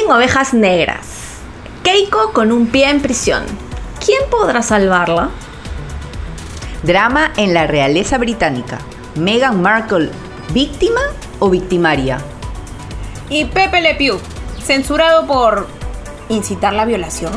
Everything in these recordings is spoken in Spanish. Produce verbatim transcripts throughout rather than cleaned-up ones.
Trending ovejas negras. Keiko con un pie en prisión. ¿Quién podrá salvarla? Drama en la realeza británica. Meghan Markle, ¿víctima o victimaria? Y Pepe Le Pew, censurado por incitar la violación.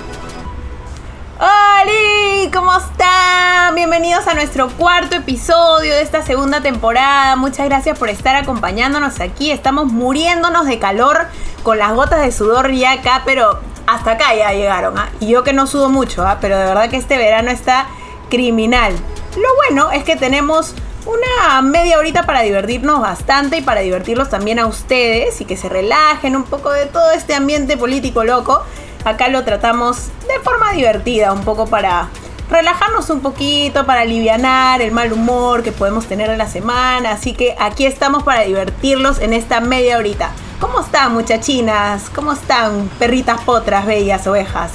¡Hola! ¿Cómo están? Bienvenidos a nuestro cuarto episodio de esta segunda temporada. Muchas gracias por estar acompañándonos aquí. Estamos muriéndonos de calor con las gotas de sudor ya acá, pero hasta acá ya llegaron, ¿ah? Y yo que no sudo mucho, ¿ah? Pero de verdad que este verano está criminal. Lo bueno es que tenemos una media horita para divertirnos bastante y para divertirlos también a ustedes y que se relajen un poco de todo este ambiente político loco. Acá lo tratamos de forma divertida, un poco para relajarnos un poquito, para alivianar el mal humor que podemos tener en la semana. Así que aquí estamos para divertirlos en esta media horita. ¿Cómo están, muchachinas? ¿Cómo están, perritas potras, bellas ovejas?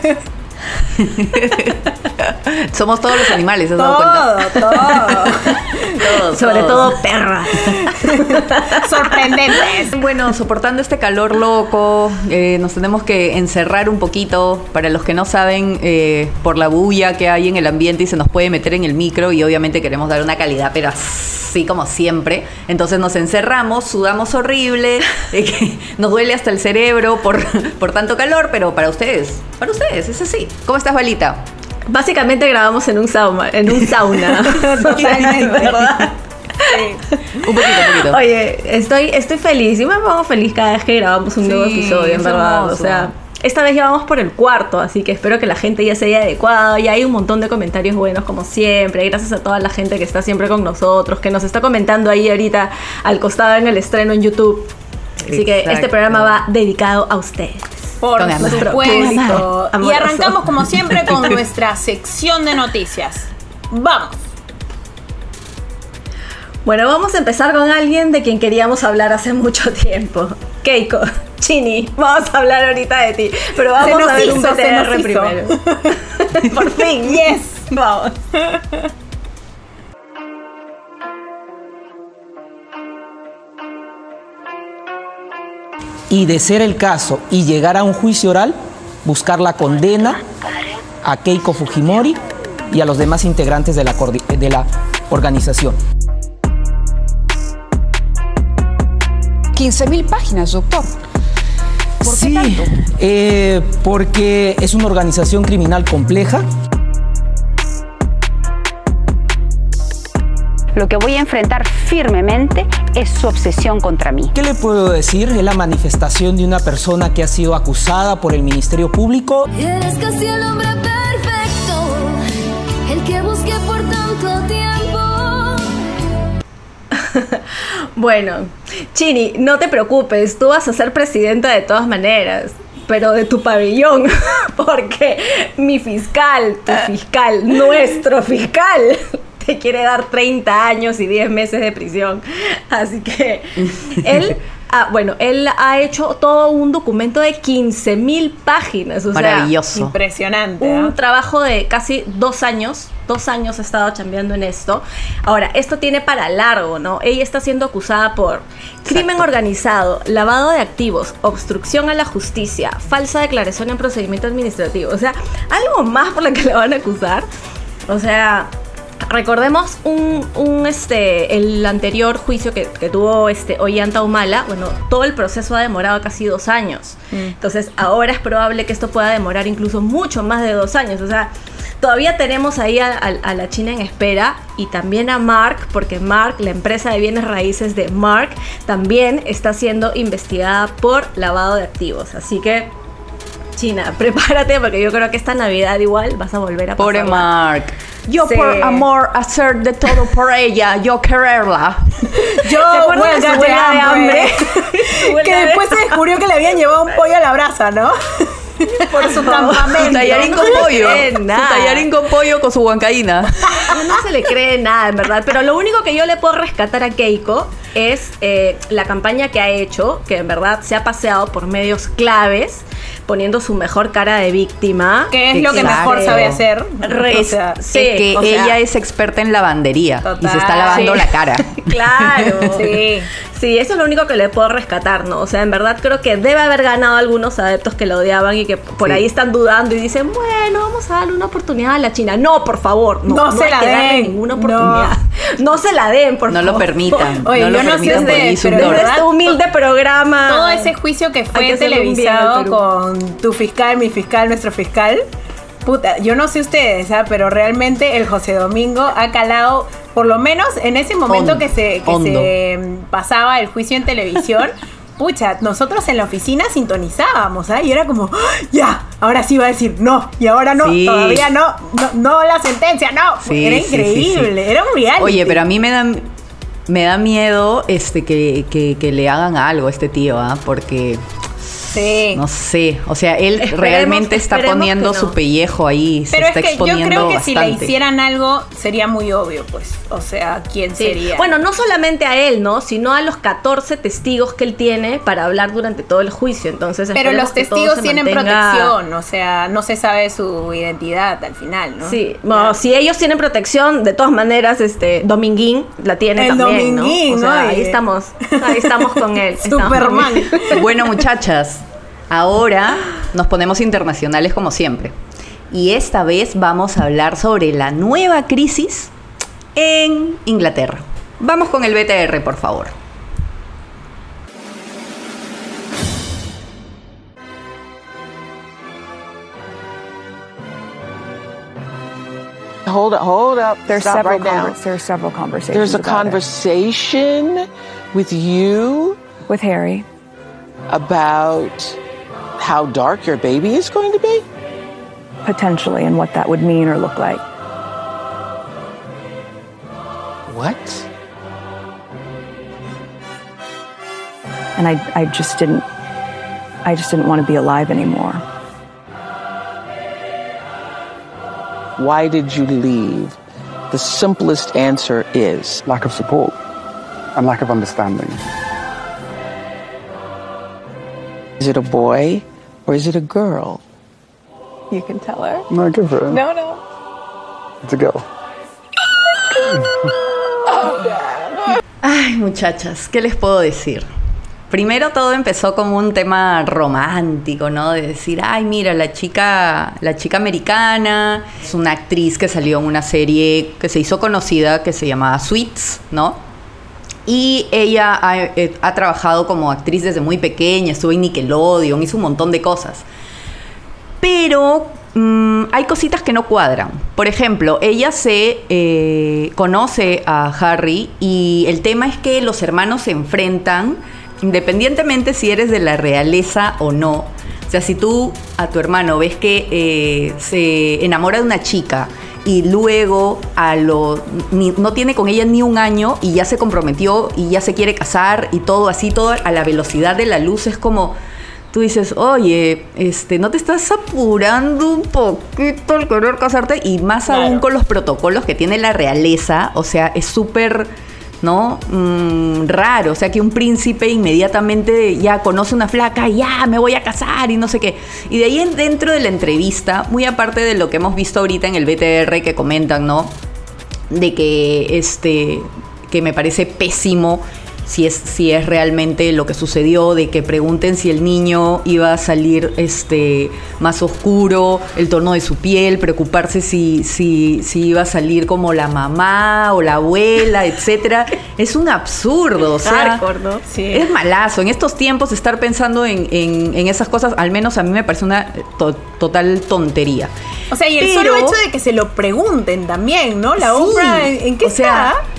Somos todos los animales, ¿te has todo, dado cuenta? Todo, Todos, Sobre todos. todo perras. Sorprendentes. Bueno, soportando este calor loco, eh, nos tenemos que encerrar un poquito. Para los que no saben, eh, por la bulla que hay en el ambiente y se nos puede meter en el micro, y obviamente queremos dar una calidad, pero así como siempre. Entonces nos encerramos, sudamos horrible, eh, nos duele hasta el cerebro por, por tanto calor, pero para ustedes, para ustedes, es así. ¿Cómo estás, Valita? Básicamente grabamos en un sauna, en un sauna. Totalmente. ¿Verdad? Sí. Un poquito, un poquito. Oye, estoy, estoy feliz. Yo me pongo feliz cada vez que grabamos un Sí, nuevo episodio, en es verdad. hermoso. O sea, esta vez ya vamos por el cuarto, así que espero que la gente ya se haya adecuado. Ya hay un montón de comentarios buenos, como siempre. Gracias a toda la gente que está siempre con nosotros, que nos está comentando ahí ahorita al costado en el estreno en YouTube. Así que Exacto. este programa va dedicado a ustedes. Por Con amor. supuesto. Amoroso. Y arrancamos como siempre con nuestra sección de noticias. Vamos. Bueno, vamos a empezar con alguien de quien queríamos hablar hace mucho tiempo. Keiko, Chini, vamos a hablar ahorita de ti. Pero vamos Se nos a ver hizo, un se P T R nos hizo. primero. Por fin, Yes. vamos. Y de ser el caso y llegar a un juicio oral, buscar la condena a Keiko Fujimori y a los demás integrantes de la, de la organización. quince mil páginas, doctor. ¿Por qué Sí, tanto? eh, porque es una organización criminal compleja. Lo que voy a enfrentar firmemente es su obsesión contra mí. ¿Qué le puedo decir? Es la manifestación de una persona que ha sido acusada por el Ministerio Público. Eres casi el hombre perfecto, el que busqué por tanto tiempo. Bueno, Chini, no te preocupes, tú vas a ser presidenta de todas maneras, pero de tu pabellón, porque mi fiscal, tu fiscal, nuestro fiscal, te quiere dar treinta años y diez meses de prisión. Así que él, ah, bueno, él ha hecho todo un documento de quince mil páginas. O Maravilloso. sea, Impresionante. un ¿eh? trabajo de casi dos años. Dos años ha estado chambeando en esto. Ahora, esto tiene para largo, ¿no? Ella está siendo acusada por crimen organizado, lavado de activos, obstrucción a la justicia, falsa declaración en procedimiento administrativo. O sea, algo más por lo que le van a acusar. O sea, recordemos un, un este el anterior juicio que, que tuvo este Ollanta Humala. Bueno, todo el proceso ha demorado casi dos años. Mm. Entonces, ahora es probable que esto pueda demorar incluso mucho más de dos años. O sea, todavía tenemos ahí a, a, a la China en espera y también a Mark, porque Mark, la empresa de bienes raíces de Mark, también está siendo investigada por lavado de activos. Así que, China, prepárate porque yo creo que esta Navidad igual vas a volver a pasar. Pobre Mark. Yo Sí. por amor hacer de todo por ella, yo quererla. Yo, ¿Se acuerdan de huelga su huelga de hambre? Que después se descubrió que le habían llevado un pollo a la brasa, ¿no? Por su Su campamento. tallarín con No se pollo. cree Su nada. tallarín con pollo con su huancaína. No, no se le cree nada, en verdad. Pero lo único que yo le puedo rescatar a Keiko es eh, la campaña que ha hecho, que en verdad se ha paseado por medios claves, poniendo su mejor cara de víctima. Que es lo que Exacto. mejor sabe hacer. Re- O sea, sí, es que o sea, ella es experta en lavandería Total. y se está lavando Sí. la cara. Claro. Sí. Sí, eso es lo único que le puedo rescatar, ¿no? O sea, en verdad creo que debe haber ganado algunos adeptos que lo odiaban y que por Sí. ahí están dudando y dicen, bueno, vamos a darle una oportunidad a la China. No, por favor, no, No no se hay la que darle den. ninguna oportunidad. No, se la den, por No favor. lo permitan. Oye, no lo yo no sé permitan ustedes, porque hizo un pero dor. de Desde este humilde programa. Todo ese juicio que Hay fue que hacerle un bien al televisado Perú. con tu fiscal, mi fiscal, nuestro fiscal. Puta, yo no sé ustedes, ¿ah? Pero realmente el José Domingo ha calado, por lo menos en ese momento Hondo, que se, que hondo. se mm, pasaba el juicio en televisión. Pucha, nosotros en la oficina sintonizábamos, ¿ah? Y era como, ¡ah! Ya, ahora sí va a decir no, y ahora no, Sí. todavía no, no, no la sentencia, no. Sí, era sí, sí, increíble, sí. era un reality. Oye, pero a mí me da, me da miedo este que, que, que le hagan algo a este tío, ¿ah? Porque, Sí. no sé, o sea, él Esperemos- realmente está esperemos poniendo que no. su pellejo ahí, se Pero es está que yo exponiendo creo que si le bastante. hicieran algo sería muy obvio, pues. O sea, ¿quién Sí. sería? Bueno, no solamente a él, ¿no? Sino a los catorce testigos que él tiene para hablar durante todo el juicio. Entonces, pero esperemos los que todo testigos se tienen mantenga- protección, o sea, no se sabe su identidad al final, ¿no? Sí, bueno, si ellos tienen protección, de todas maneras, este Dominguín la tiene El también, Dominguín, ¿no? O sea, ¿no? ahí Y- estamos, ahí estamos con él. estamos con Superman. él. Bueno, muchachas, ahora nos ponemos internacionales como siempre. Y esta vez vamos a hablar sobre la nueva crisis en Inglaterra. Vamos con el B T R, por favor. Hold up, hold up. There's Stop several right now. conver- there's several conversations. There's a about it. conversation with you with Harry. about how dark your baby is going to be? Potentially, and what that would mean or look like. What? And I, I just didn't, I just didn't want to be alive anymore. Why did you leave? The simplest answer is Lack of support and lack of understanding. is it a boy or is it a girl? You can tell her. No, give it. No, no. It's a girl. Ay, muchachas, ¿qué les puedo decir? Primero todo empezó como un tema romántico, ¿no? De decir, ay, mira, la chica, la chica americana es una actriz que salió en una serie que se hizo conocida que se llamaba Suits, ¿no? Y ella ha, eh, ha trabajado como actriz desde muy pequeña, estuvo en Nickelodeon, hizo un montón de cosas. Pero mmm, hay cositas que no cuadran. Por ejemplo, ella se eh, conoce a Harry y el tema es que los hermanos se enfrentan independientemente si eres de la realeza o no. O sea, si tú a tu hermano ves que eh, se enamora de una chica y luego a lo, ni, no tiene con ella ni un año y ya se comprometió y ya se quiere casar y todo así, todo a la velocidad de la luz, es como... Tú dices, oye, este, ¿no te estás apurando un poquito al querer casarte? Y más Claro. aún con los protocolos que tiene la realeza, o sea, es súper, ¿no? Mm, raro, o sea, que un príncipe inmediatamente ya conoce una flaca y ya me voy a casar y no sé qué. Y de ahí en- dentro de la entrevista, muy aparte de lo que hemos visto ahorita en el B T R que comentan, ¿no? De que, este, que me parece pésimo si es, si es realmente lo que sucedió, de que pregunten si el niño iba a salir este, más oscuro, el tono de su piel, preocuparse si, si, si iba a salir como la mamá o la abuela, etcétera. Es un absurdo, o sea, Hardcore, ¿no? Sí. es malazo. En estos tiempos estar pensando en, en, en esas cosas, al menos a mí me parece una to- total tontería. O sea, y el Pero- solo hecho de que se lo pregunten también, ¿no? La Sí, Oprah, ¿en, en qué o sea, está?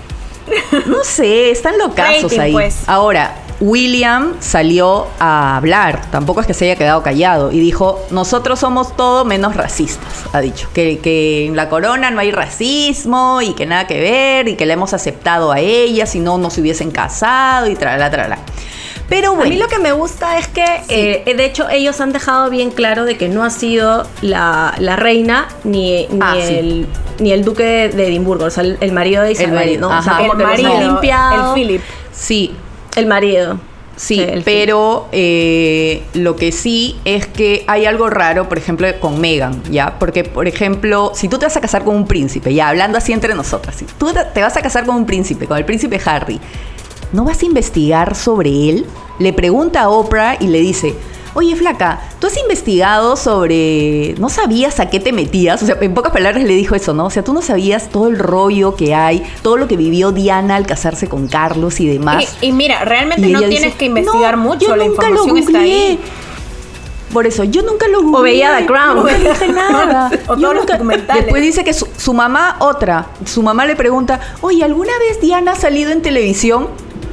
No sé, están locazos Rating, ahí. pues. Ahora, William salió a hablar, tampoco es que se haya quedado callado, y dijo, nosotros somos todo menos racistas, ha dicho, que, que en la corona no hay racismo y que nada que ver, y que la hemos aceptado a ella, si no, no se hubiesen casado y tralala, tralala. Pero A bueno, mí lo que me gusta es que, eh, de hecho, ellos han dejado bien claro de que no ha sido la, la reina ni, ni, Ah, sí. el, ni el duque de, de Edimburgo, o sea, el, el marido de Isabel, marido, ¿no? O sea, ajá. como El que los han marido, limpiado. el Philip. Sí. El marido. Sí, Sí, el pero eh, lo que sí es que hay algo raro, por ejemplo, con Meghan, ¿ya? Porque, por ejemplo, si tú te vas a casar con un príncipe, ya hablando así entre nosotras, si tú te vas a casar con un príncipe, con el príncipe Harry, ¿no vas a investigar sobre él? Le pregunta a Oprah y le dice, oye, flaca, ¿tú has investigado sobre... ¿No sabías a qué te metías? O sea, en pocas palabras le dijo eso, ¿no? O sea, tú no sabías todo el rollo que hay, todo lo que vivió Diana al casarse con Carlos y demás. Y, y mira, realmente Y no ella tienes dice, que investigar "No, mucho, yo la nunca lo información está googleé". ahí. Por eso, yo nunca lo googleé. O veía The Crown. No dije nada. O Yo todos los nunca- documentales. Después dice que su, su mamá, otra, su mamá le pregunta, oye, ¿alguna vez Diana ha salido en televisión?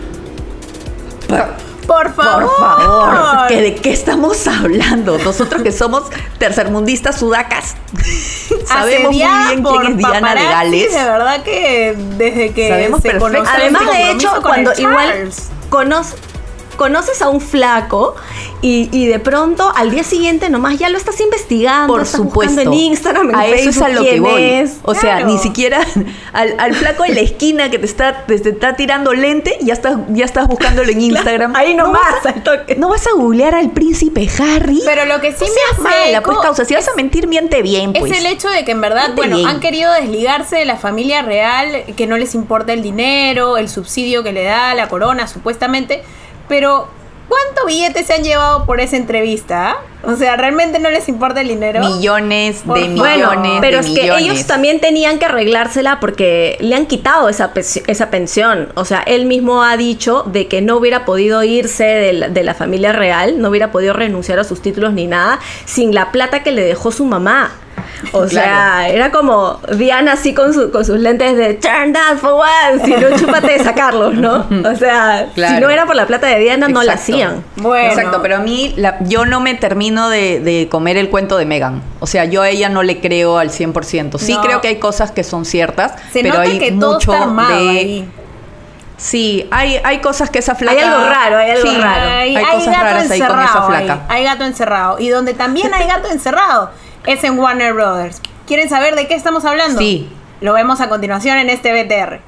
Por favor. Por favor, ¿que ¿de qué estamos hablando? Nosotros que somos tercermundistas sudacas, sabemos muy Asediada bien por quién es Diana de paparazzi, Gales. De verdad que desde que Sabemos se perfecto. conoció Además, este de hecho, compromiso con cuando el igual Charles. conoce- conoces a un flaco y, y de pronto al día siguiente nomás ya lo estás investigando, Por estás supuesto. buscando en Instagram, en a Facebook, eso es a lo que quién voy. es. O sea, Claro. ni siquiera al, al flaco en la esquina que te está, te, te está tirando lente, ya estás, ya estás buscándolo en Instagram. Ahí No nomás, vas a- al toque. No vas a googlear al príncipe Harry. Pero lo que sí No me seas hace mala, pues eco causa. Si vas a mentir, miente bien, pues. es el hecho de que en verdad, Miente bueno, bien. han querido desligarse de la familia real, que no les importa el dinero, el subsidio que le da la corona, supuestamente, pero ¿cuánto billete se han llevado por esa entrevista? O sea, ¿realmente no les importa el dinero? Millones Por de favor. millones Bueno, pero de es que millones. ellos también tenían que arreglársela porque le han quitado esa, pes- esa pensión. O sea, él mismo ha dicho de que no hubiera podido irse de la, de la familia real, no hubiera podido renunciar a sus títulos ni nada, sin la plata que le dejó su mamá. O sea, Claro. era como Diana así con, su, con sus lentes de turn down for what, si no chúpate de sacarlos, ¿no? O sea, Claro. si no era por la plata de Diana, no la Exacto. hacían. Bueno. Exacto, pero a mí la- yo no me termino de, de comer el cuento de Meghan. O sea, yo a ella no le creo al cien por ciento. Sí No. creo que hay cosas que son ciertas, Se pero nota hay que todo mucho está armado de... ahí. Sí, hay, hay cosas que esa flaca... Hay algo raro, hay algo Sí, raro. Hay, Hay, cosas gato raras ahí con esa encerrado flaca. ahí. Hay gato encerrado. Y donde también hay gato encerrado es en Warner Brothers. ¿Quieren saber de qué estamos hablando? Sí. Lo vemos a continuación en este B T R.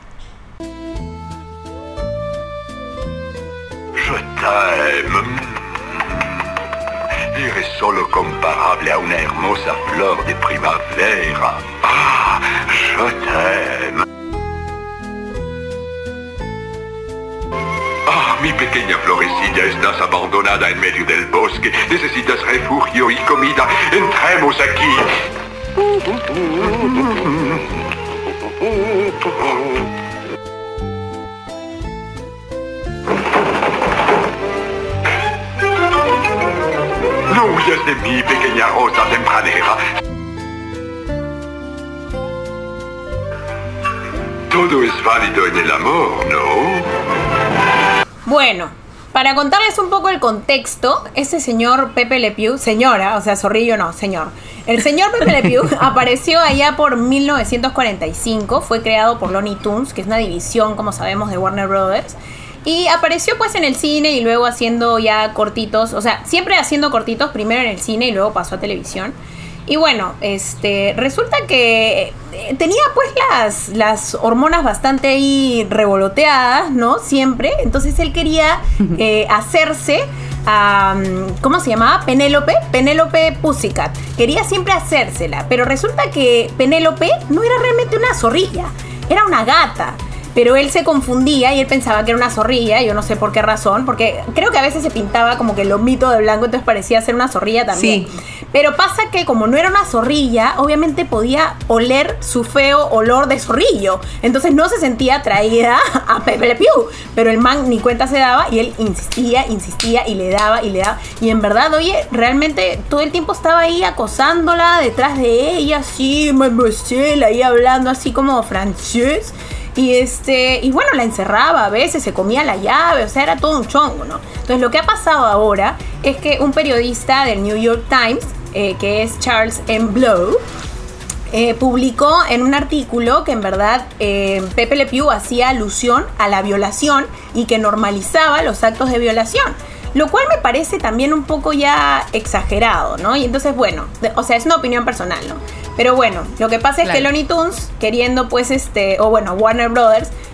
Je t'aime. Eres solo comparable a una hermosa flor de primavera. Ah, je t'aime. Ah, mi pequeña florecilla, estás abandonada en medio del bosque. Necesitas refugio y comida. Entremos aquí. No huyas de mí, pequeña rosa tempranera. Todo es válido en el amor, ¿no? Bueno, para contarles un poco el contexto, este señor Pepe Le Pew, señora, o sea, Zorrillo no, señor. El señor Pepe Le Pew apareció allá por mil novecientos cuarenta y cinco, fue creado por Looney Tunes, que es una división, como sabemos, de Warner Brothers. Y apareció pues en el cine y luego haciendo ya cortitos, o sea, siempre haciendo cortitos, primero en el cine y luego pasó a televisión. Y bueno, este resulta que eh, tenía pues las, las hormonas bastante ahí revoloteadas, ¿no? Siempre. Entonces él quería eh, hacerse a, ¿cómo se llamaba? Penélope, Penélope Pussycat. Quería siempre hacérsela, pero resulta que Penélope no era realmente una zorrilla, era una gata. Pero él se confundía y él pensaba que era una zorrilla, yo no sé por qué razón, porque creo que a veces se pintaba como que el lomito de blanco, entonces parecía ser una zorrilla también. Sí. Pero pasa que como no era una zorrilla, obviamente podía oler su feo olor de zorrillo. Entonces no se sentía atraída a Pepe Le Pew. Pero el man ni cuenta se daba y él insistía, insistía y le daba y le daba. Y en verdad, oye, realmente todo el tiempo estaba ahí acosándola detrás de ella, así, mademoiselle, ahí hablando así como francés. Y este, y bueno, la encerraba a veces, se comía la llave, o sea, era todo un chongo, ¿no? Entonces lo que ha pasado ahora es que un periodista del New York Times, eh, que es Charles M. Blow, eh, publicó en un artículo que en verdad eh, Pepe Le Pew hacía alusión a la violación y que normalizaba los actos de violación. Lo cual me parece también un poco ya exagerado, ¿no? Y entonces, bueno, de, o sea, es una opinión personal, ¿no? Pero bueno, lo que pasa es Claro. que Looney Tunes, queriendo pues este, o bueno, Warner Brothers,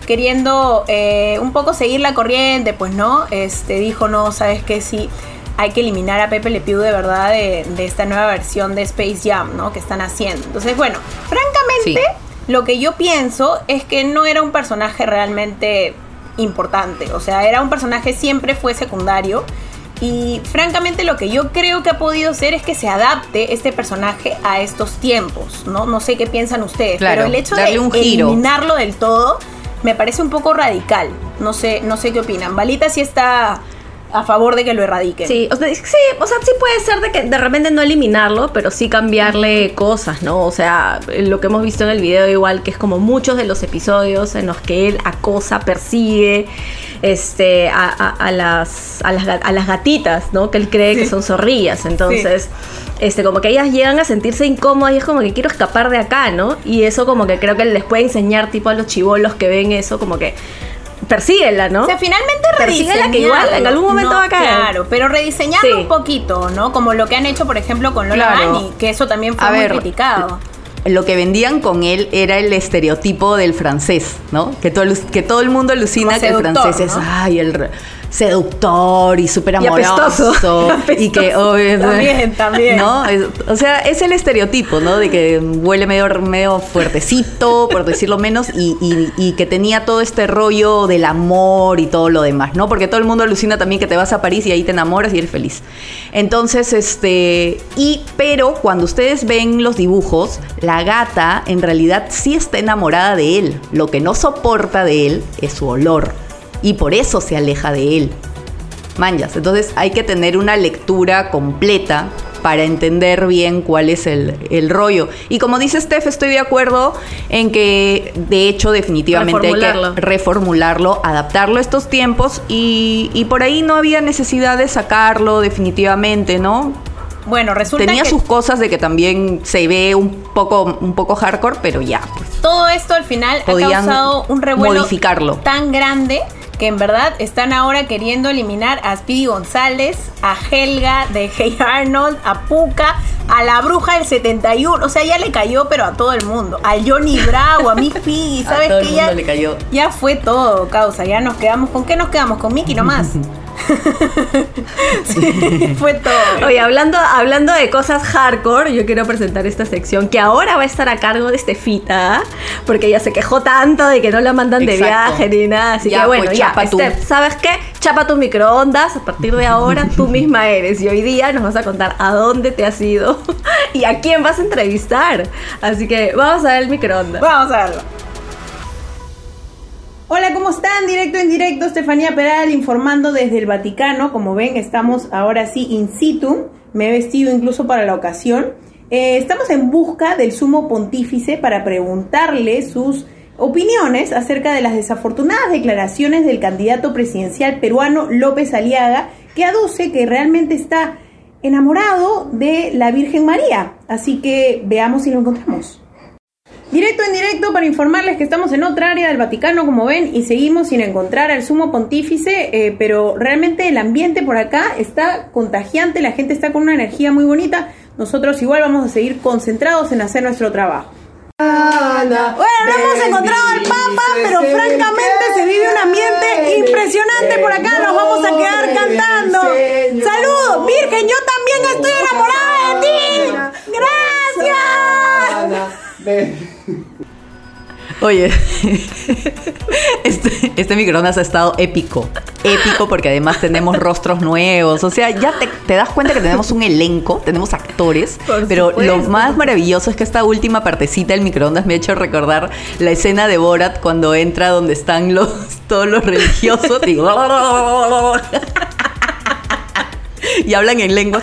queriendo eh, un poco seguir la corriente, pues no, este dijo, no, ¿sabes qué? Sí, hay que eliminar a Pepe Le Pew de verdad de, de esta nueva versión de Space Jam, ¿no? Que están haciendo. Entonces, bueno, francamente, sí. Lo que yo pienso es que no era un personaje realmente importante. O sea, era un personaje, siempre fue secundario. Y francamente lo que yo creo que ha podido ser es que se adapte este personaje a estos tiempos, ¿no? No sé qué piensan ustedes, claro, pero el hecho darle de un giro. eliminarlo del todo me parece un poco radical. No sé, no sé qué opinan. Balita sí está a favor de que lo erradiquen. Sí, o sea, sí, o sea, sí puede ser de que de repente no eliminarlo, pero sí cambiarle cosas, ¿no? O sea, lo que hemos visto en el video igual, que es como muchos de los episodios en los que él acosa, persigue este, a, a, a, las, a, las, a las gatitas, ¿no? Que él cree sí. que son zorrillas. Entonces, sí. este, como que ellas llegan a sentirse incómodas y es como que quiero escapar de acá, ¿no? Y eso como que creo que les puede enseñar tipo a los chibolos que ven eso, como que persíguela, ¿no? O sea, finalmente persíguela que igual en algún momento no, va a caer. Claro, pero rediseñarlo sí. un poquito, ¿no? Como lo que han hecho, por ejemplo, con Lola claro. Bunny, que eso también fue a muy ver, criticado. Lo que vendían con él era el estereotipo del francés, ¿no? Que todo, que todo el mundo alucina que el francés ¿no? es, ay, el seductor y súper amoroso. Y apestoso. Y que, oh, también, también. ¿no? Es, o sea, es el estereotipo, ¿no? De que huele medio, medio fuertecito, por decirlo menos, y, y, y que tenía todo este rollo del amor y todo lo demás, ¿no? Porque todo el mundo alucina también que te vas a París y ahí te enamoras y eres feliz. Entonces, este... y pero cuando ustedes ven los dibujos, la gata en realidad sí está enamorada de él. Lo que no soporta de él es su olor. Y por eso se aleja de él. Manjas. Entonces hay que tener una lectura completa para entender bien cuál es el, el rollo. Y como dice Steph, estoy de acuerdo en que, de hecho, definitivamente hay que reformularlo, adaptarlo a estos tiempos. Y, y por ahí no había necesidad de sacarlo definitivamente, ¿no? Bueno, resulta Tenía que sus cosas de que también se ve un poco, un poco hardcore, pero ya, pues. Todo esto al final ha causado un revuelo modificarlo. tan grande que en verdad están ahora queriendo eliminar a Speedy González, a Helga de Hey Arnold, a Puka, a la bruja del setenta y uno. O sea, ya le cayó, pero a todo el mundo. A Johnny Bravo, a Miss Piggy, ¿sabes qué? Ya, le cayó. Ya fue todo, causa. Ya nos quedamos. ¿Con qué nos quedamos? Con Mickey nomás. Sí, fue todo. Oye, hablando, hablando de cosas hardcore, yo quiero presentar esta sección que ahora va a estar a cargo de Estefita, porque ella se quejó tanto de que no la mandan Exacto. de viaje ni nada. Así ya, que bueno, pues, ya, chapa Steph, ¿sabes qué? Chapa tu microondas. A partir de ahora tú misma eres. Y hoy día nos vas a contar a dónde te has ido y a quién vas a entrevistar. Así que vamos a ver el microondas. Vamos a verlo. Hola, ¿cómo están? Directo en directo, Estefanía Peral informando desde el Vaticano. Como ven, estamos ahora sí in situ. Me he vestido incluso para la ocasión. Eh, estamos en busca del sumo pontífice para preguntarle sus opiniones acerca de las desafortunadas declaraciones del candidato presidencial peruano López Aliaga, que aduce que realmente está enamorado de la Virgen María. Así que veamos si lo encontramos. Directo en directo para informarles que estamos en otra área del Vaticano, como ven, y seguimos sin encontrar al sumo pontífice, eh, pero realmente el ambiente por acá está contagiante, la gente está con una energía muy bonita. Nosotros igual vamos a seguir concentrados en hacer nuestro trabajo. Bueno, no hemos encontrado al Papa, pero francamente se vive un ambiente impresionante por acá. Nos vamos a quedar cantando. ¡Saludos, Virgen! Yo también estoy enamorada de ti. ¡Gracias! Oye, este, este microondas ha estado épico, épico porque además tenemos rostros nuevos, o sea, ya te, te das cuenta que tenemos un elenco, tenemos actores, Por pero supuesto. lo más maravilloso es que esta última partecita del microondas me ha hecho recordar la escena de Borat cuando entra donde están los todos los religiosos y, y hablan en lengua.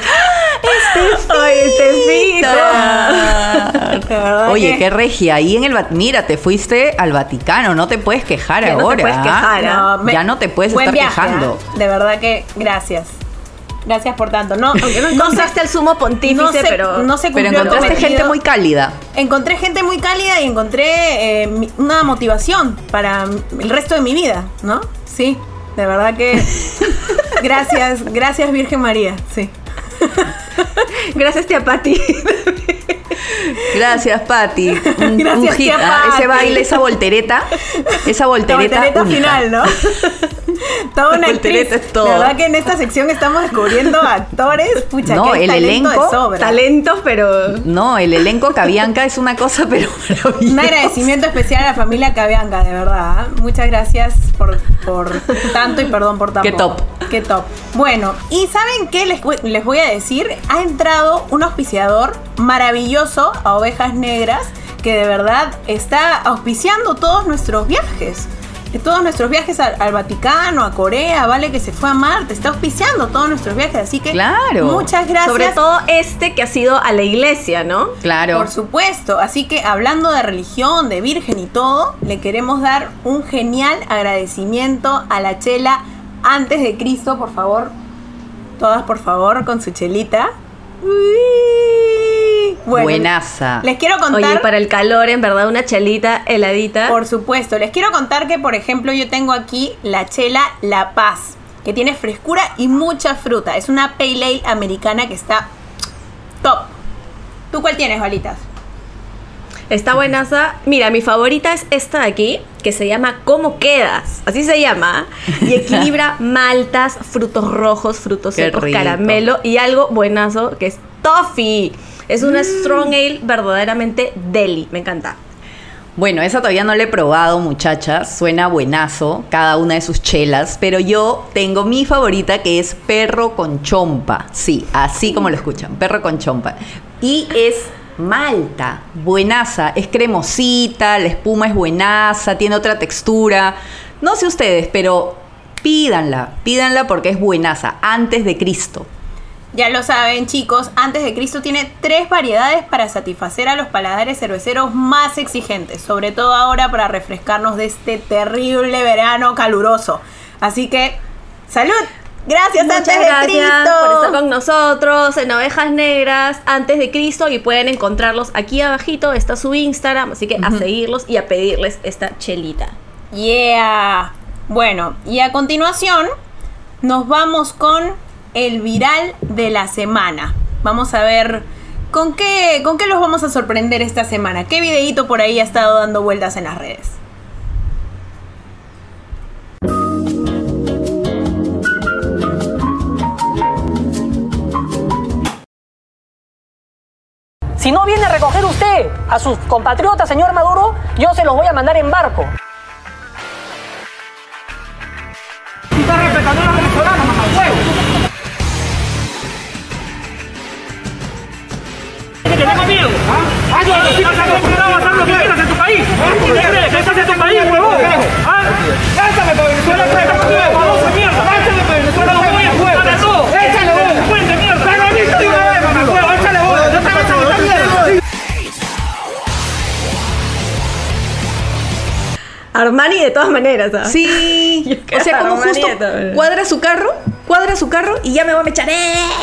Estefita. Oye, qué regia. Ahí en el Vaticano. Mira, te fuiste al Vaticano. No te puedes quejar Ya no te ahora. puedes quejar, No, me- Ya no te puedes Buen estar viaje, quejando. ¿eh? De verdad que gracias. Gracias por tanto. No, Aunque no encontraste al sumo pontífice, no se, pero... no se Pero cumplió el encontraste cometido. gente muy cálida. Encontré gente muy cálida y encontré eh, mi- una motivación para el resto de mi vida, ¿no? Sí, de verdad que gracias, gracias Virgen María, sí. Gracias, tía Pati. Gracias, Pati. Un, Gracias, un hit, tía ¿ah? Pati. Ese baile, esa voltereta, esa La voltereta, voltereta única. final, ¿no? Toda una La actriz. voltereta es todo. La verdad que en esta sección estamos descubriendo actores, pucha, No, que hay el talento elenco, de sobra. Talentos, pero... No, el elenco Cabianca es una cosa, pero maravillosa. Un agradecimiento especial a la familia Cabianca, de verdad. ¿eh? Muchas gracias por, por tanto y perdón por tan Qué poco. top. Qué top. Bueno, ¿y saben qué les, voy- les voy a decir? Ha entrado un auspiciador maravilloso a Ovejas Negras que de verdad está auspiciando todos nuestros viajes. De todos nuestros viajes al, al Vaticano, a Corea, vale que se fue a Marte, está auspiciando todos nuestros viajes, así que Claro. muchas gracias. Sobre todo este que ha sido a la iglesia, ¿no? Claro. Por supuesto, así que hablando de religión, de virgen y todo, le queremos dar un genial agradecimiento a la chela antes de Cristo, por favor. Todas, por favor, con su chelita. Uy. Bueno, Buenaza. les quiero contar... Oye, para el calor, en verdad, una chelita heladita. Por supuesto, les quiero contar que, por ejemplo, yo tengo aquí la chela La Paz, que tiene frescura y mucha fruta. Es una pale ale americana que está top. ¿Tú cuál tienes, Balitas? Está buenaza. Mira, mi favorita es esta de aquí, que se llama ¿Cómo quedas? Así se llama. Y equilibra maltas, frutos rojos, frutos Qué secos, rico. caramelo y algo buenazo que es toffee. Es una strong ale verdaderamente deli. Me encanta. Bueno, esa todavía no la he probado, muchachas. Suena buenazo, cada una de sus chelas. Pero yo tengo mi favorita, que es perro con chompa. Sí, así como lo escuchan, perro con chompa. Y es malta, buenaza. Es cremosita, la espuma es buenaza, tiene otra textura. No sé ustedes, pero pídanla, pídanla porque es buenaza, antes de Cristo. Ya lo saben, chicos, Antes de Cristo tiene tres variedades para satisfacer a los paladares cerveceros más exigentes, sobre todo ahora para refrescarnos de este terrible verano caluroso. Así que, ¡salud! Gracias, Muchas Antes de gracias Cristo. por estar con nosotros en Ovejas Negras antes de Cristo y pueden encontrarlos aquí abajito, está su Instagram, así que a seguirlos y a pedirles esta chelita. Yeah. Bueno, y a continuación nos vamos con el viral de la semana. Vamos a ver con qué, con qué los vamos a sorprender esta semana. ¿Qué videíto por ahí ha estado dando vueltas en las redes? Si no viene a recoger usted a sus compatriotas, señor Maduro, yo se los voy a mandar en barco. Está respetando a los venezolanos, mamahuevo. Que tengo miedo. ¿Ah? Ah, yo no sé cómo hacer lo que quieras en tu país. ¿Qué crees? ¿Que estás en tu país, huevón? ¿Ah? Lánzame para Venezuela, huevón. Vamos a mierda. Lánzame para Venezuela, no voy a jugar para todo. Échale, huevón. Fuente mierda. Pero a mí sí, huevón, mamahuevo. Échale, huevón. No te vas a meter mierda. Armani de todas maneras, ¿sabes? Sí, o sea, como justo cuadra su carro, cuadra su carro y ya me voy a echar.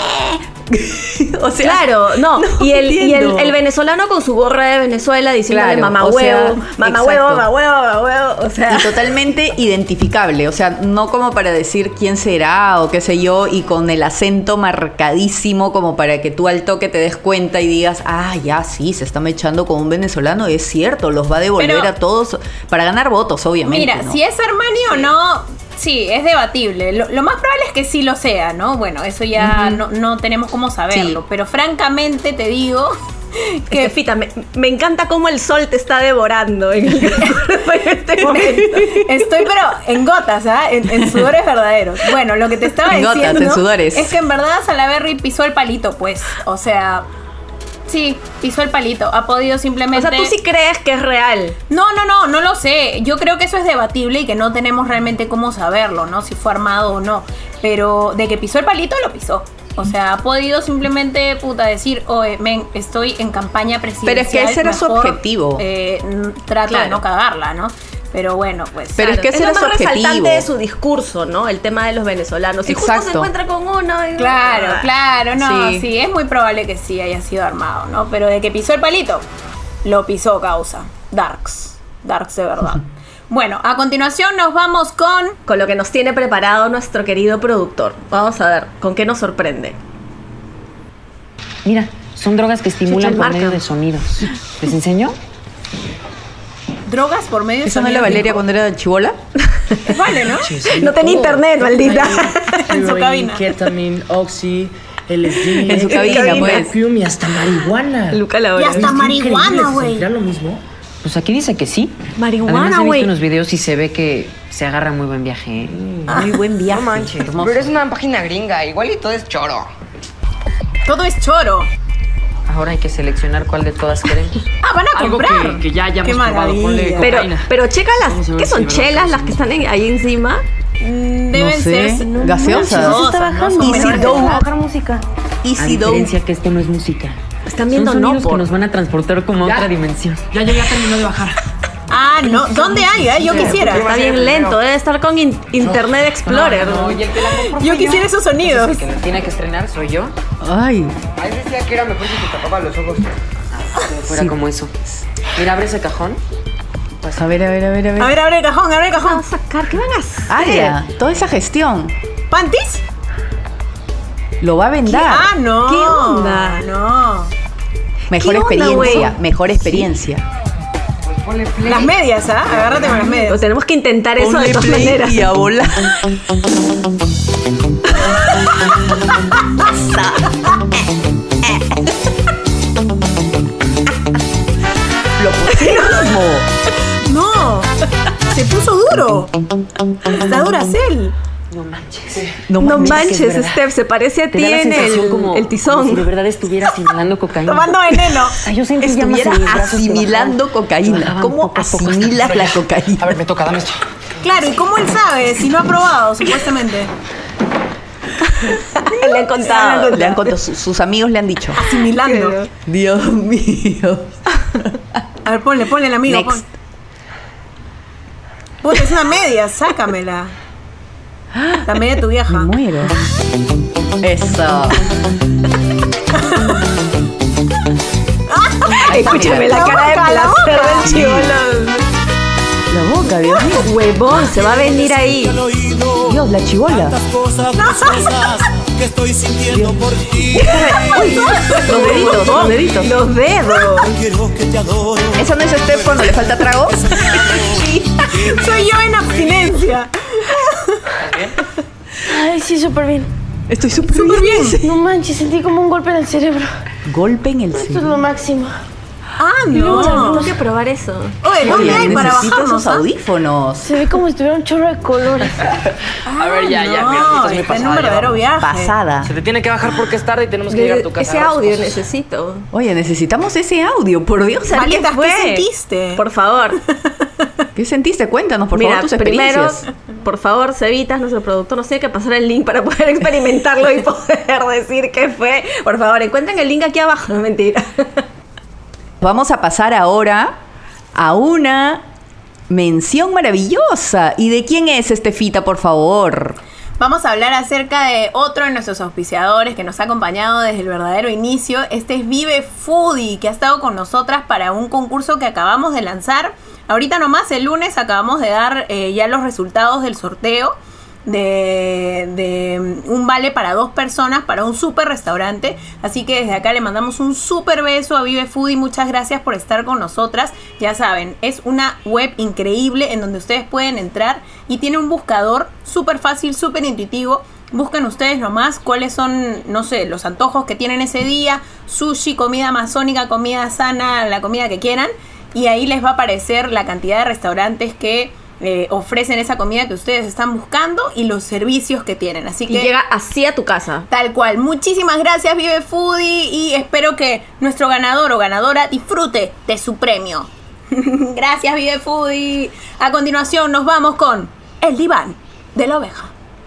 O sea, claro, no. no y el, y el, entiendo. el venezolano con su gorra de Venezuela diciéndole Claro, mamá o sea, huevo, mamá huevo, exacto. mamá huevo, mamá huevo. O sea, Y totalmente identificable, o sea, no como para decir quién será o qué sé yo, y con el acento marcadísimo como para que tú al toque te des cuenta y digas, ah, ya sí, se está mechando con un venezolano, es cierto, los va a devolver Pero- a todos para ganar votos, obviamente. Mira, ¿no? si es Armani o no, sí, es debatible. Lo, lo más probable es que sí lo sea, ¿no? Bueno, eso ya Ujú. no, no tenemos cómo saberlo. Sí. Pero francamente te digo que que Fita, me, me encanta cómo el sol te está devorando en, el- en este momento. estoy pero en gotas, ¿ah? En, en sudores verdaderos. Bueno, lo que te estaba En gotas, diciendo en sudores. es que en verdad Salaberry pisó el palito, pues. O sea, sí, pisó el palito. Ha podido O simplemente... sea, tú sí crees que es real. No, no, no, no lo sé. Yo creo que eso es debatible y que no tenemos realmente cómo saberlo, ¿no? Si fue armado o no. Pero de que pisó el palito, lo pisó. O sea, ha podido simplemente, puta, decir, oye, men, estoy en campaña presidencial. Pero es que ese era su mejor, objetivo. eh, n- trato de Claro. no cagarla, ¿no? Pero bueno, pues... Pero es que Es ese lo era más su objetivo. resaltante de su discurso, ¿no? El tema de los venezolanos. Y justo se Exacto. encuentra con uno. y- Claro, Ah. claro, no, Sí. sí. es muy probable que sí haya sido armado, ¿no? Pero de que pisó el palito, lo pisó causa. Darks, Darks de verdad. Bueno, a continuación nos vamos con... Con lo que nos tiene preparado nuestro querido productor. Vamos a ver, ¿con qué nos sorprende? Mira, Son drogas que estimulan por medio de sonidos. ¿Les enseño? Drogas por medio de ¿Eso no es la Valeria cuando era chibola? Vale, ¿no? No tenía internet, maldita. En su cabina. Ketamine, oxy, L S D. En su cabina, pues. Perfume y hasta marihuana. Luca la Y hasta marihuana, güey. ¿Será lo mismo? Pues aquí dice que sí. Marihuana, Además, he güey. visto unos videos y se ve que se agarra muy buen viaje. ¿eh? Muy buen viaje. No manches, Hermoso. pero es una página gringa, igual y todo es choro. Todo es choro. Ahora hay que seleccionar cuál de todas queremos. Ah, van a Algo comprar. que, que ya hayamos Qué probado. maravilla. Ponle Pero, cocaína. pero checa las. Vamos a ver ¿Qué si son de verdad chelas es las que están en- ahí encima? Mm, Deben No sé. ser. Gaseosas. Gaseosas, Está ¿no? bajando. Son Easy menores de Dough. edad. Bajar música. A Easy Dough. diferencia que esto no es música. Están viendo Son no sonidos por. que nos van a transportar como a Ya. otra dimensión. Ya, ya, ya terminó de bajar. Ah, no. ¿Dónde hay? eh? Yo quisiera. Está bien lento, debe estar con in- Internet Explorer. No, y el que la compró Yo fui quisiera esos sonidos. El que la tiene que estrenar soy yo. Ay. Ahí decía que era mejor si te tapaba los ojos. Fuera como eso. Mira, abre ese cajón. Pues a ver, a ver, a ver, a ver. A ver, abre el cajón, abre el ¿Qué van cajón. a sacar? ¿Qué van a hacer? Aria, toda esa gestión. ¿Panties? Lo va a vendar. Ah, no. ¿Qué onda? No. Mejor ¿qué onda, experiencia, güey? mejor experiencia. Las medias, ¿ah? Agárrate con las Lo medias. tenemos que intentar eso de Ponle todas play maneras. y a volar. Lo pusimos. No. Se puso duro. Está Duracell. No manches. No No manches. manches, que es verdad. Steph, se parece a Te ti da la en sensación el, como, el como si tizón. de verdad estuviera asimilando cocaína. Tomando veneno. O sea, yo sentí llamas en Estuviera mis brazos que asimilando bajaban- cocaína. bajaban ¿Cómo poco a poco hasta asimilas que- la cocaína? A ver, me toca, dame esto. Claro, ¿y cómo él sabe si no ha probado, supuestamente? Le han contado. Le han contado, su- sus amigos le han dicho. Asimilando. Dios mío. A ver, ponle, ponle el amigo. Next. Pon. Puta, es una media, sácamela. La media de tu vieja. Me muero. Eso. Escúchame la La cara de boca, la placer boca. del chivolo. La boca, Dios mío. Huevón, se va a venir ahí. Dios, la chibola. que estoy sintiendo por ti. Los deditos, los deditos. Los dedos. Quiero que te adoro. ¿Eso no es Steph cuando le falta trago? Sí. Soy yo en abstinencia. Ay, sí, súper bien. Estoy súper Súper bien. No manches, sentí como un golpe en el cerebro. Golpe en el Esto es cerebro. lo máximo. Ah, no. Tenemos que probar eso. Oye, ¿dónde Oye, hay para necesito bajarnos? esos ah? audífonos. Se ve como si tuviera un chorro de colores. A ver, ya, ya, No, mira, estás muy está en un pasada, ya verdadero vamos. viaje. Pasada. Se te tiene que bajar porque es tarde y tenemos que llegar a tu casa. Ese a ver audio cosas. necesito. Oye, necesitamos ese audio, por Dios. ¿Sabes qué Malitas, fue? ¿qué sentiste? Por favor. ¿Qué sentiste? Cuéntanos, por Mira, favor, tus primero, experiencias. por favor, Cevitas, nuestro productor, nos tiene que pasar el link para poder experimentarlo y poder decir qué fue. Por favor, encuentren el link aquí abajo. No, mentira. Vamos a pasar ahora a una mención maravillosa. ¿Y de quién es Estefita, por favor? Vamos a hablar acerca de otro de nuestros auspiciadores que nos ha acompañado desde el verdadero inicio. Este es Vive Foodie, que ha estado con nosotras para un concurso que acabamos de lanzar. Ahorita nomás, el lunes, acabamos de dar eh, ya los resultados del sorteo de, de un vale para dos personas para un super restaurante. Así que desde acá le mandamos un super beso a Vive Foodie. Muchas gracias por estar con nosotras. Ya saben, es una web increíble en donde ustedes pueden entrar y tiene un buscador súper fácil, súper intuitivo. Busquen ustedes nomás cuáles son, no sé, los antojos que tienen ese día. Sushi, comida amazónica, comida sana, la comida que quieran. Y ahí les va a aparecer la cantidad de restaurantes que eh, ofrecen esa comida que ustedes están buscando y los servicios que tienen. Así Y que llega así a tu casa. tal cual. Muchísimas gracias, Vive Foodie, y espero que nuestro ganador o ganadora disfrute de su premio. Gracias, Vive Foodie. A continuación nos vamos con el diván de la oveja.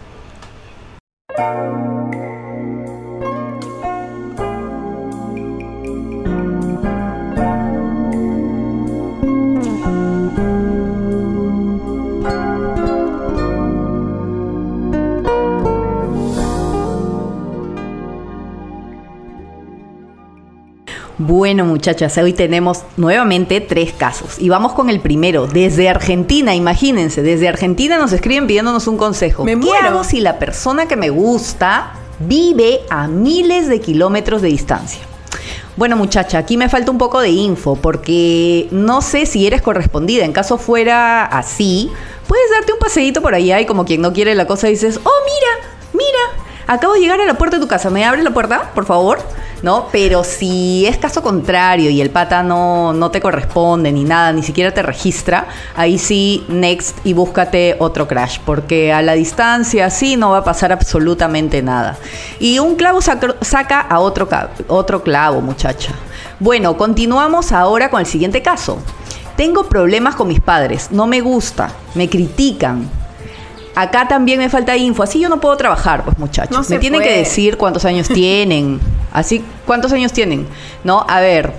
Bueno, muchachas, hoy tenemos nuevamente tres casos. Y vamos con el primero, desde Argentina, imagínense, desde Argentina nos escriben pidiéndonos un consejo. Me ¿Qué muero. hago si la persona que me gusta vive a miles de kilómetros de distancia? Bueno, muchacha, aquí me falta un poco de info porque no sé si eres correspondida. En caso fuera así, puedes darte un paseíto por allá y como quien no quiere la cosa dices, oh, mira, mira, acabo de llegar a la puerta de tu casa, ¿me abres la puerta, por favor? ¿No? Pero si es caso contrario y el pata no, no te corresponde ni nada, ni siquiera te registra, ahí sí, next y búscate otro crush, porque a la distancia sí no va a pasar absolutamente nada. Y un clavo saca, saca a otro, otro clavo, muchacha. Bueno, continuamos ahora con el siguiente caso. Tengo problemas con mis padres, no me gusta, me critican. Acá también me falta info, así yo no puedo trabajar, pues muchachos. No se me tienen puede. que decir cuántos años tienen. Así, ¿cuántos años tienen? No, a ver,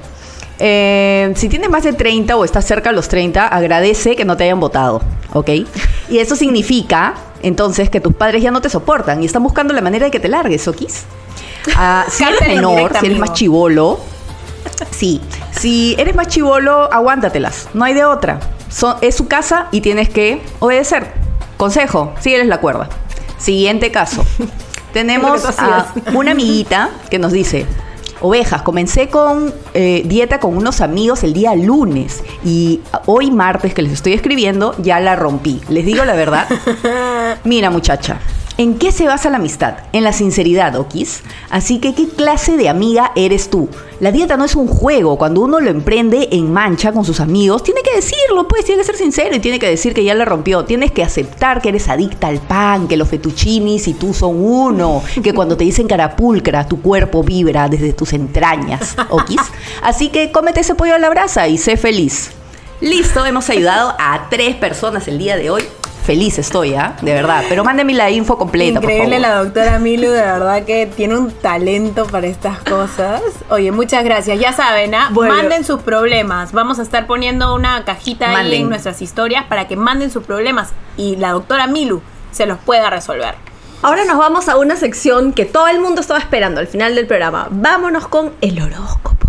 eh, si tienes más de treinta o estás cerca de los treinta, agradece que no te hayan votado, ¿ok? Y eso significa, entonces, que tus padres ya no te soportan y están buscando la manera de que te largues, ¿okis? Ah, si eres Cárcel en menor, directo, si eres amigo. más chibolo, sí, si eres más chibolo, aguántatelas, no hay de otra. Son, es su casa y tienes que obedecer. Consejo, sígueles la cuerda. Siguiente caso. Tenemos a una amiguita que nos dice: ovejas, comencé con eh, dieta con unos amigos el día lunes y hoy martes que les estoy escribiendo ya la rompí. Les digo la verdad. Mira, muchacha, ¿en qué se basa la amistad? En la sinceridad, ¿okis? Así que, ¿qué clase de amiga eres tú? La dieta no es un juego. Cuando uno lo emprende en mancha con sus amigos, tiene que decirlo, pues, tiene que ser sincero y tiene que decir que ya la rompió. Tienes que aceptar que eres adicta al pan, que los fettuccinis y tú son uno, que cuando te dicen carapulcra, tu cuerpo vibra desde tus entrañas, ¿okis? Así que cómete ese pollo a la brasa y sé feliz. Listo, hemos ayudado a tres personas el día de hoy. Feliz estoy, ¿ah? ¿eh? De verdad. Pero mándeme la info completa, Increíble por favor. la doctora Milu, de verdad que tiene un talento para estas cosas. Oye, muchas gracias. Ya saben, ¿ah? Bueno. Manden sus problemas. Vamos a estar poniendo una cajita ahí Manden. en nuestras historias para que manden sus problemas y la doctora Milu se los pueda resolver. Ahora nos vamos a una sección que todo el mundo estaba esperando al final del programa. Vámonos con el horóscopo.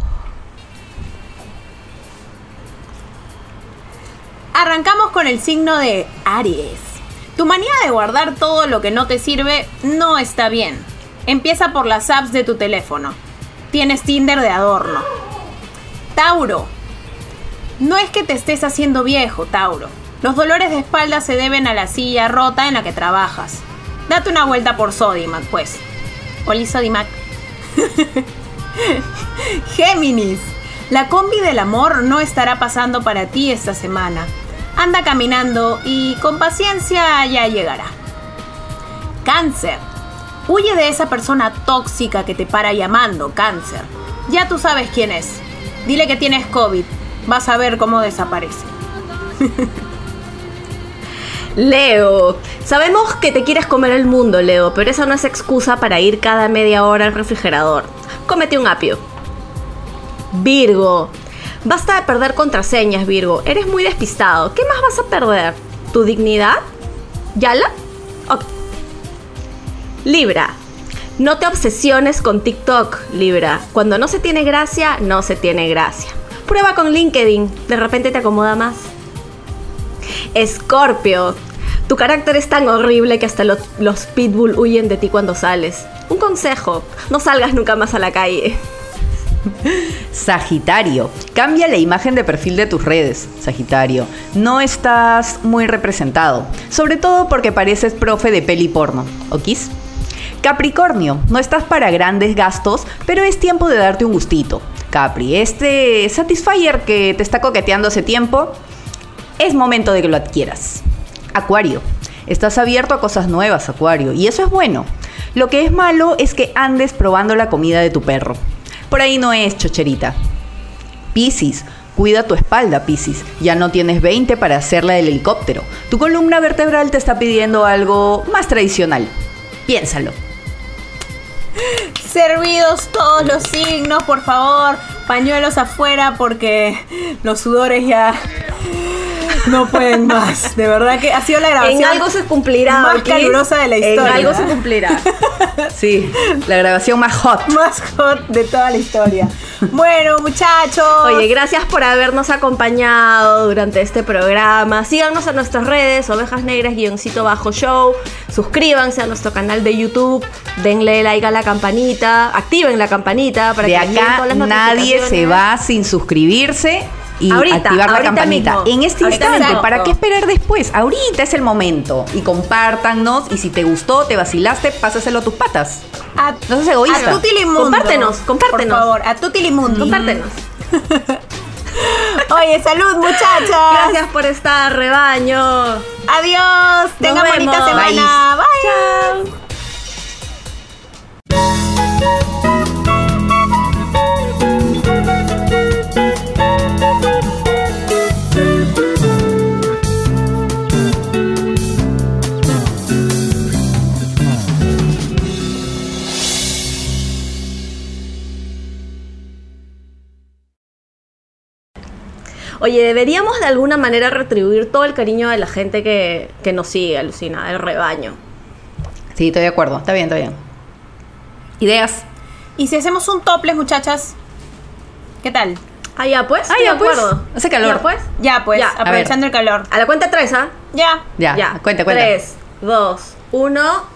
Arrancamos con el signo de Aries. Tu manía de guardar todo lo que no te sirve no está bien. Empieza por las apps de tu teléfono. Tienes Tinder de adorno. Tauro. No es que te estés haciendo viejo, Tauro. Los dolores de espalda se deben a la silla rota en la que trabajas. Date una vuelta por Sodimac, pues. Oli Sodimac. Géminis. La combi del amor no estará pasando para ti esta semana. Anda caminando y con paciencia ya llegará. Cáncer. Huye de esa persona tóxica que te para llamando, Cáncer. Ya tú sabes quién es. Dile que tienes COVID. Vas a ver cómo desaparece. Leo, sabemos que te quieres comer el mundo, Leo, pero eso no es excusa para ir cada media hora al refrigerador. Cómete un apio. Virgo, basta de perder contraseñas, Virgo. Eres muy despistado. ¿Qué más vas a perder? ¿Tu dignidad? ¿Yala? Ok. Libra, no te obsesiones con TikTok, Libra. Cuando no se tiene gracia, no se tiene gracia. Prueba con LinkedIn, de repente te acomoda más. Escorpio, tu carácter es tan horrible que hasta los, los pitbull huyen de ti cuando sales. Un consejo, no salgas nunca más a la calle. Sagitario, cambia la imagen de perfil de tus redes, Sagitario. No estás muy representado, sobre todo porque pareces profe de peli porno, ¿okis? Capricornio, no estás para grandes gastos, pero es tiempo de darte un gustito. Capri, este Satisfyer que te está coqueteando hace tiempo, es momento de que lo adquieras. Acuario, estás abierto a cosas nuevas, Acuario, y eso es bueno. Lo que es malo es que andes probando la comida de tu perro. Por ahí no es, chocherita. Piscis, cuida tu espalda, Piscis. Ya no tienes veinte para hacerla del helicóptero. Tu columna vertebral te está pidiendo algo más tradicional. Piénsalo. Servidos todos los signos, por favor. Pañuelos afuera porque los sudores ya No pueden más. De verdad que ha sido la grabación. En algo se cumplirá. Más Ortiz. calurosa de la historia. En algo se cumplirá. Sí, la grabación más hot. Más hot de toda la historia. Bueno, muchachos. Oye, gracias por habernos acompañado durante este programa. Síganos en nuestras redes, Ovejas Negras, guioncito bajo show. Suscríbanse a nuestro canal de YouTube. Denle like a la campanita. Activen la campanita para de que acá lleguen todas las nadie se va sin suscribirse y ahorita, activar la campanita. Mismo. En este Ahorita instante, mismo. ¿para qué esperar después? Ahorita es el momento. Y compártanos. Y si te gustó, te vacilaste, pásaselo a tus patas. A, no seas egoísta. A Tutilimundo. Compártenos, compártenos. Por favor, a Tutilimundo. Compártenos. Oye, salud, muchachas. Gracias por estar, rebaño. Adiós. Tengan bonita semana. Bye. Chao. Oye, deberíamos de alguna manera retribuir todo el cariño de la gente que, que nos sigue, alucina, el rebaño. Sí, estoy de acuerdo. Está bien, está bien. ¿Ideas? ¿Y si hacemos un topless, muchachas? ¿Qué tal? Ah, ya pues. Ah, estoy ya de pues. acuerdo. Hace calor. Ya pues. Ya pues, Ya, aprovechando el calor. A la cuenta tres, ¿ah? Ya. Ya, Ya. cuenta, cuenta. Tres, dos, uno.